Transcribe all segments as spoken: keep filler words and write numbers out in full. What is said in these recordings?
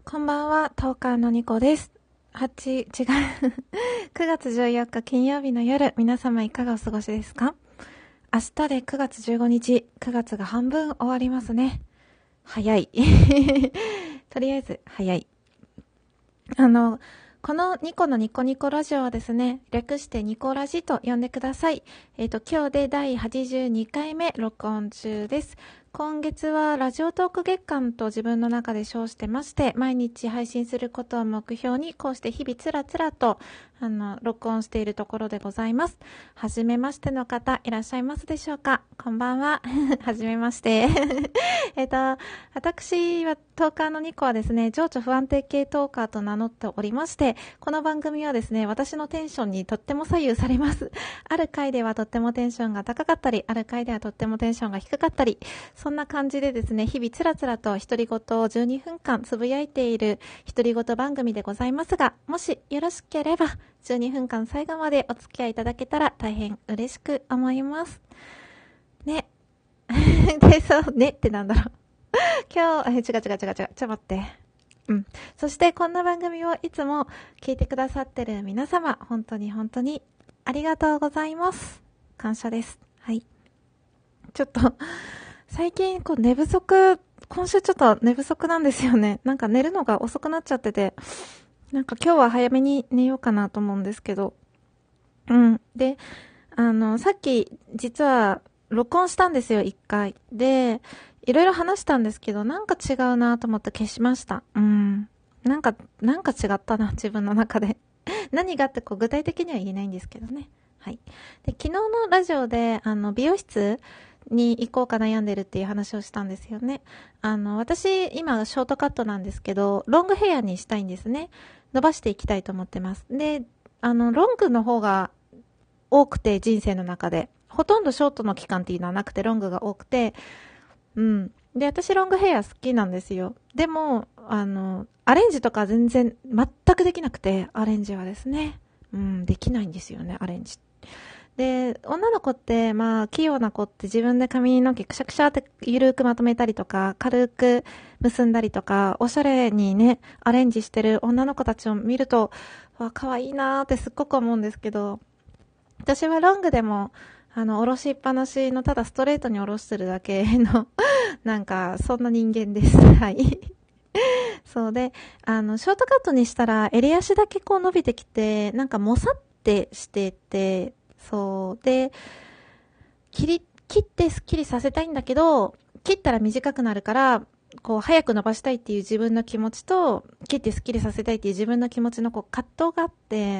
こんばんは、トーカーのニコです。はち、違う。くがつじゅうよっか金曜日の夜、皆様いかがお過ごしですか？明日でくがつじゅうごにち、くがつが半分終わりますね。早い。とりあえず、早い。あの、このニコのニコニコラジオはですね、略してニコラジと呼んでください。えっと、今日でだいはちじゅうにかいめ録音中です。今月はラジオトーク月間と自分の中で称してまして、毎日配信することを目標に、こうして日々つらつらと、あの、録音しているところでございます。はじめましての方、いらっしゃいますでしょうか？こんばんは。はじめまして。えっと、私は、トーカーのニコはですね、情緒不安定系トーカーと名乗っておりまして、この番組はですね、私のテンションにとっても左右されます。ある回ではとってもテンションが高かったり、ある回ではとってもテンションが低かったり、そんな感じでですね、日々つらつらと独り言をじゅうにふんかんつぶやいている独り言番組でございますが、もしよろしければじゅうにふんかん最後までお付き合いいただけたら大変嬉しく思います。ね。で、そうねってなんだろう。今日、え、違う違う違う違う。ちょっと待って。うん。そしてこんな番組をいつも聞いてくださってる皆様、本当に本当にありがとうございます。感謝です。はい。ちょっと、最近こう寝不足、今週ちょっと寝不足なんですよね。なんか寝るのが遅くなっちゃってて、なんか今日は早めに寝ようかなと思うんですけど。うん。で、あの、さっき実は録音したんですよ、一回。で、いろいろ話したんですけど、なんか違うなと思って消しました。うん。なんか、なんか違ったな、自分の中で。何がってこう具体的には言えないんですけどね。はい。で、昨日のラジオで、あの、美容室に行こうか悩んでるっていう話をしたんですよね。あの、私、今、ショートカットなんですけど、ロングヘアにしたいんですね。伸ばしていきたいと思ってます。で、あの、ロングの方が多くて、人生の中で。ほとんどショートの期間っていうのはなくて、ロングが多くて、うん。で、私ロングヘア好きなんですよ。でも、あの、アレンジとか全然、全くできなくて、アレンジはですね。うん、できないんですよね、アレンジ。で、女の子って、まあ、器用な子って自分で髪の毛くしゃくしゃってゆるくまとめたりとか、軽く結んだりとか、おしゃれにね、アレンジしてる女の子たちを見ると、わ、可愛いなーってすっごく思うんですけど、私はロングでも、あの、おろしっぱなしの、ただストレートにおろしてるだけの、なんか、そんな人間です。はい。そうで、あの、ショートカットにしたら、襟足だけこう伸びてきて、なんかもさってしてて、そう。で、切り、切ってスッキリさせたいんだけど、切ったら短くなるから、こう、早く伸ばしたいっていう自分の気持ちと、切ってスッキリさせたいっていう自分の気持ちのこう、葛藤があって、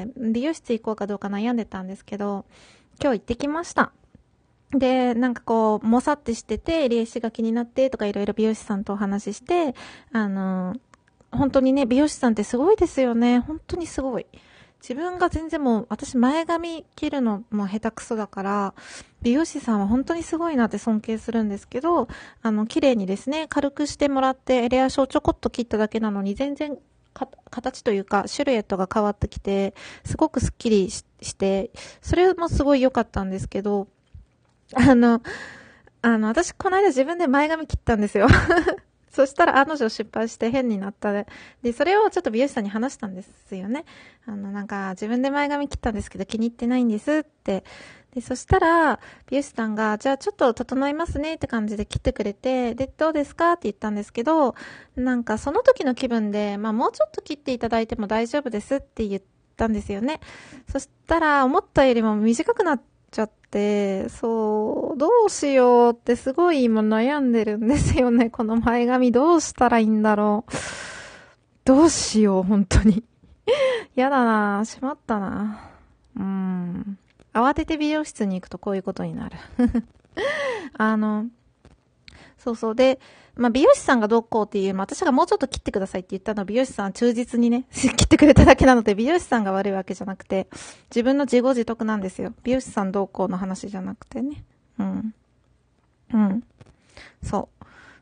美容室行こうかどうか悩んでたんですけど、今日行ってきました。で、なんかこう、もさってしてて、襟足が気になってとかいろいろ美容師さんとお話しして、あの、本当にね、美容師さんってすごいですよね。本当にすごい。自分が全然もう、私前髪切るのも下手くそだから、美容師さんは本当にすごいなって尊敬するんですけど、あの、綺麗にですね、軽くしてもらって、襟足をちょこっと切っただけなのに、全然か、形というか、シルエットが変わってきて、すごくスッキリしして、それもすごい良かったんですけど、あの、あの、私この間自分で前髪切ったんですよ。そしたら案の定失敗して変になったで。で、それをちょっと美容師さんに話したんですよね。あの、なんか、自分で前髪切ったんですけど気に入ってないんですって。で、そしたら、美容師さんが、じゃあちょっと整いますねって感じで切ってくれて、で、どうですかって言ったんですけど、なんかその時の気分で、まあもうちょっと切っていただいても大丈夫ですって言ったんですよね。そしたら、思ったよりも短くなっちゃって、そう、どうしようってすごい今悩んでるんですよね。この前髪どうしたらいいんだろう。どうしよう、本当に。やだな、しまったな。うーん。慌てて美容室に行くとこういうことになる。あの、そうそう。で、まあ、美容師さんがどうこうっていう、まあ、私がもうちょっと切ってくださいって言ったのを美容師さんは忠実にね、切ってくれただけなので、美容師さんが悪いわけじゃなくて、自分の自業自得なんですよ。美容師さんどうこうの話じゃなくてね。うん。うん。そう。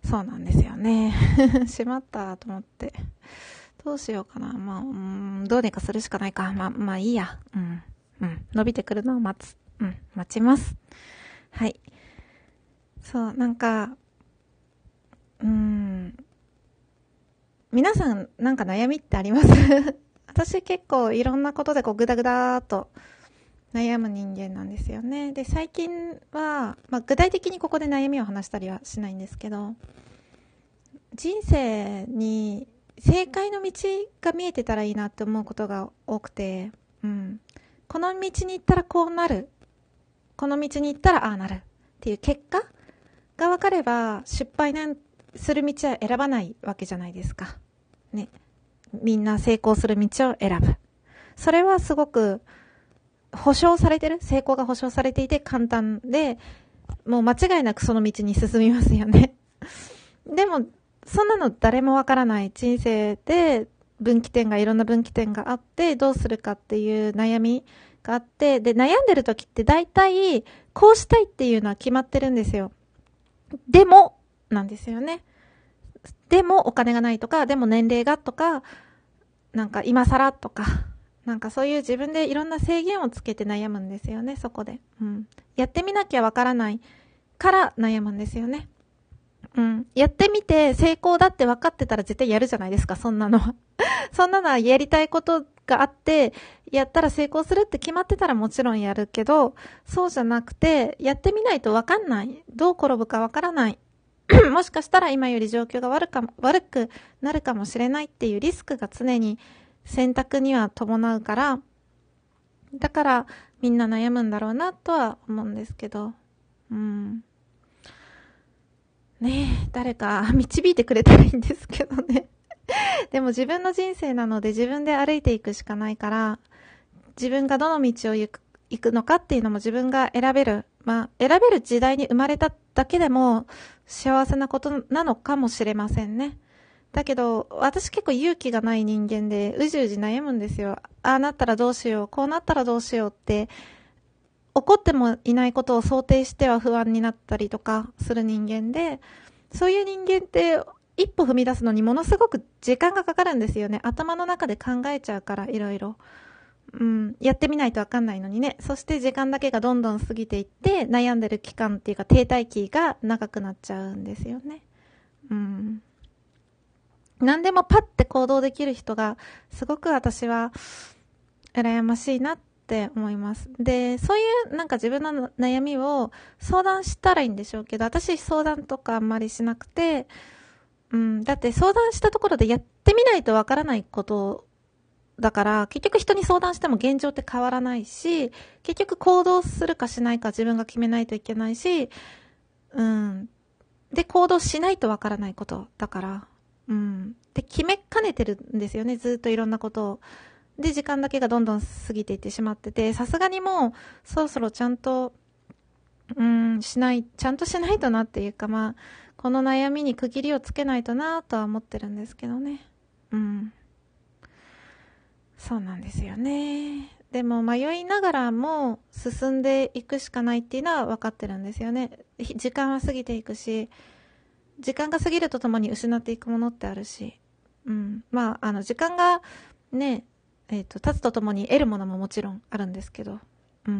そうなんですよね。しまったと思って。どうしようかな。まあ、うーん、どうにかするしかないか。まあ、まあいいや。うん。うん。伸びてくるのを待つ。うん。待ちます。はい。そう、なんか、うーん。 皆さんなんか悩みってあります私結構いろんなことでこうグダグダーっと悩む人間なんですよね。で、最近は、まあ、具体的にここで悩みを話したりはしないんですけど、人生に正解の道が見えてたらいいなって思うことが多くて、うん、この道に行ったらこうなる、この道に行ったらああなるっていう結果が分かれば失敗なんする道は選ばないわけじゃないですかね。みんな成功する道を選ぶ。それはすごく保証されてる、成功が保証されていて簡単で、もう間違いなくその道に進みますよねでもそんなの誰もわからない。人生で分岐点がいろんな分岐点があってどうするかっていう悩みがあって、で悩んでる時って大体こうしたいっていうのは決まってるんですよ。でもなんですよね。でもお金がないとか、でも年齢がとか、なんか今更とか、なんかそういう自分でいろんな制限をつけて悩むんですよね、そこで。うん。やってみなきゃわからないから悩むんですよね。うん。やってみて成功だって分かってたら絶対やるじゃないですか、そんなのは。そんなのはやりたいことがあって、やったら成功するって決まってたらもちろんやるけど、そうじゃなくて、やってみないと分かんない。どう転ぶか分からない。もしかしたら今より状況が悪かも、悪くなるかもしれないっていうリスクが常に選択には伴うから、だからみんな悩むんだろうなとは思うんですけど、うん。ねえ、誰か導いてくれたらいいんですけどね。でも自分の人生なので自分で歩いていくしかないから、自分がどの道を行く、行くのかっていうのも自分が選べる。まあ、選べる時代に生まれただけでも幸せなことなのかもしれませんね。だけど、私結構勇気がない人間で、うじうじ悩むんですよ。ああなったらどうしよう、こうなったらどうしようって、起こってもいないことを想定しては不安になったりとかする人間で、そういう人間って一歩踏み出すのにものすごく時間がかかるんですよね。頭の中で考えちゃうから、いろいろ。うん、やってみないとわかんないのにね。そして時間だけがどんどん過ぎていって、悩んでる期間っていうか停滞期が長くなっちゃうんですよね。うん。何でもパッて行動できる人がすごく私は羨ましいなって思います。で、そういうなんか自分の悩みを相談したらいいんでしょうけど、私相談とかあんまりしなくて、うん、だって相談したところでやってみないとわからないことだから、結局人に相談しても現状って変わらないし、結局行動するかしないか自分が決めないといけないし、うん。で、行動しないとわからないことだから、うん。で、決めかねてるんですよね、ずっといろんなことを。で、時間だけがどんどん過ぎていってしまってて、さすがにもう、そろそろちゃんと、うん、しない、ちゃんとしないとなっていうか、まあ、この悩みに区切りをつけないとなとは思ってるんですけどね。うん。そうなんですよね。でも迷いながらも進んでいくしかないっていうのは分かってるんですよね。時間は過ぎていくし、時間が過ぎるとともに失っていくものってあるし、うん。まあ、あの、時間がね、えっと、経つとともに得るものももちろんあるんですけど、うん。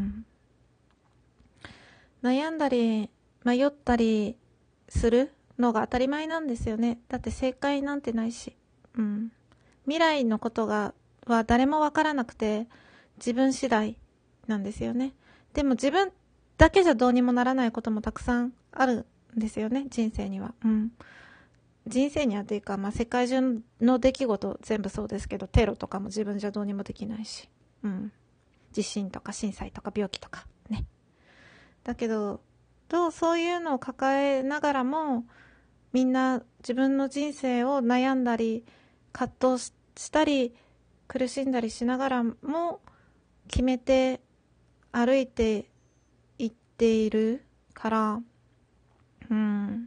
悩んだり、迷ったりするのが当たり前なんですよね。だって正解なんてないし、うん。未来のことが、は誰もわからなくて、自分次第なんですよね。でも自分だけじゃどうにもならないこともたくさんあるんですよね、人生には。うん。人生にはというか、まあ、世界中の出来事全部そうですけど、テロとかも自分じゃどうにもできないし、うん。地震とか震災とか病気とかね。だけど、どうそういうのを抱えながらも、みんな自分の人生を悩んだり、葛藤したり、苦しんだりしながらも、決めて歩いていっているから、うん。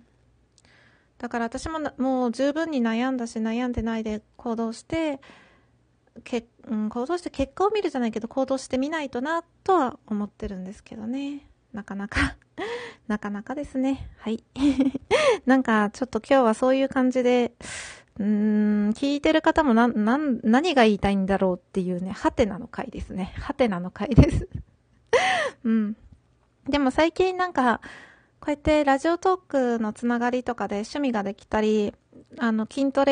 だから私ももう十分に悩んだし、悩んでないで行動して、けうん、行動して結果を見るじゃないけど行動してみないとなとは思ってるんですけどね。なかなかなかなかですね。はいなんかちょっと今日はそういう感じで、うーん、聞いてる方もな、な、何が言いたいんだろうっていうね、ハテナの回ですね。ハテナの回ですうん。でも最近なんか、こうやってラジオトークのつながりとかで趣味ができたり、あの、筋トレ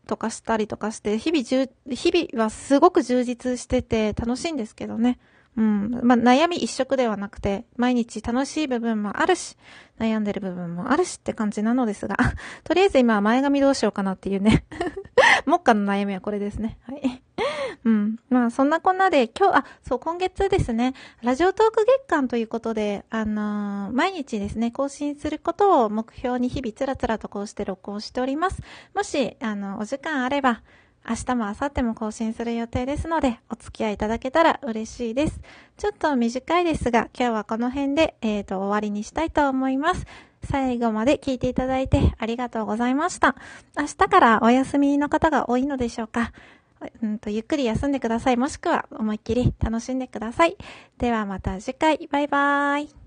とかしたりとかして、日々じゅう、日々はすごく充実してて楽しいんですけどね。うん。まあ、悩み一色ではなくて、毎日楽しい部分もあるし、悩んでる部分もあるしって感じなのですが、とりあえず今は前髪どうしようかなっていうね。目下の悩みはこれですね。はい。うん。まあ、そんなこんなで、今日、あ、そう、今月ですね、ラジオトーク月間ということで、あのー、毎日ですね、更新することを目標に日々つらつらとこうして録音しております。もし、あの、お時間あれば、明日も明後日も更新する予定ですので、お付き合いいただけたら嬉しいです。ちょっと短いですが、今日はこの辺で、えーと、終わりにしたいと思います。最後まで聞いていただいてありがとうございました。明日からお休みの方が多いのでしょうか。うんと、ゆっくり休んでください。もしくは思いっきり楽しんでください。ではまた次回。バイバーイ。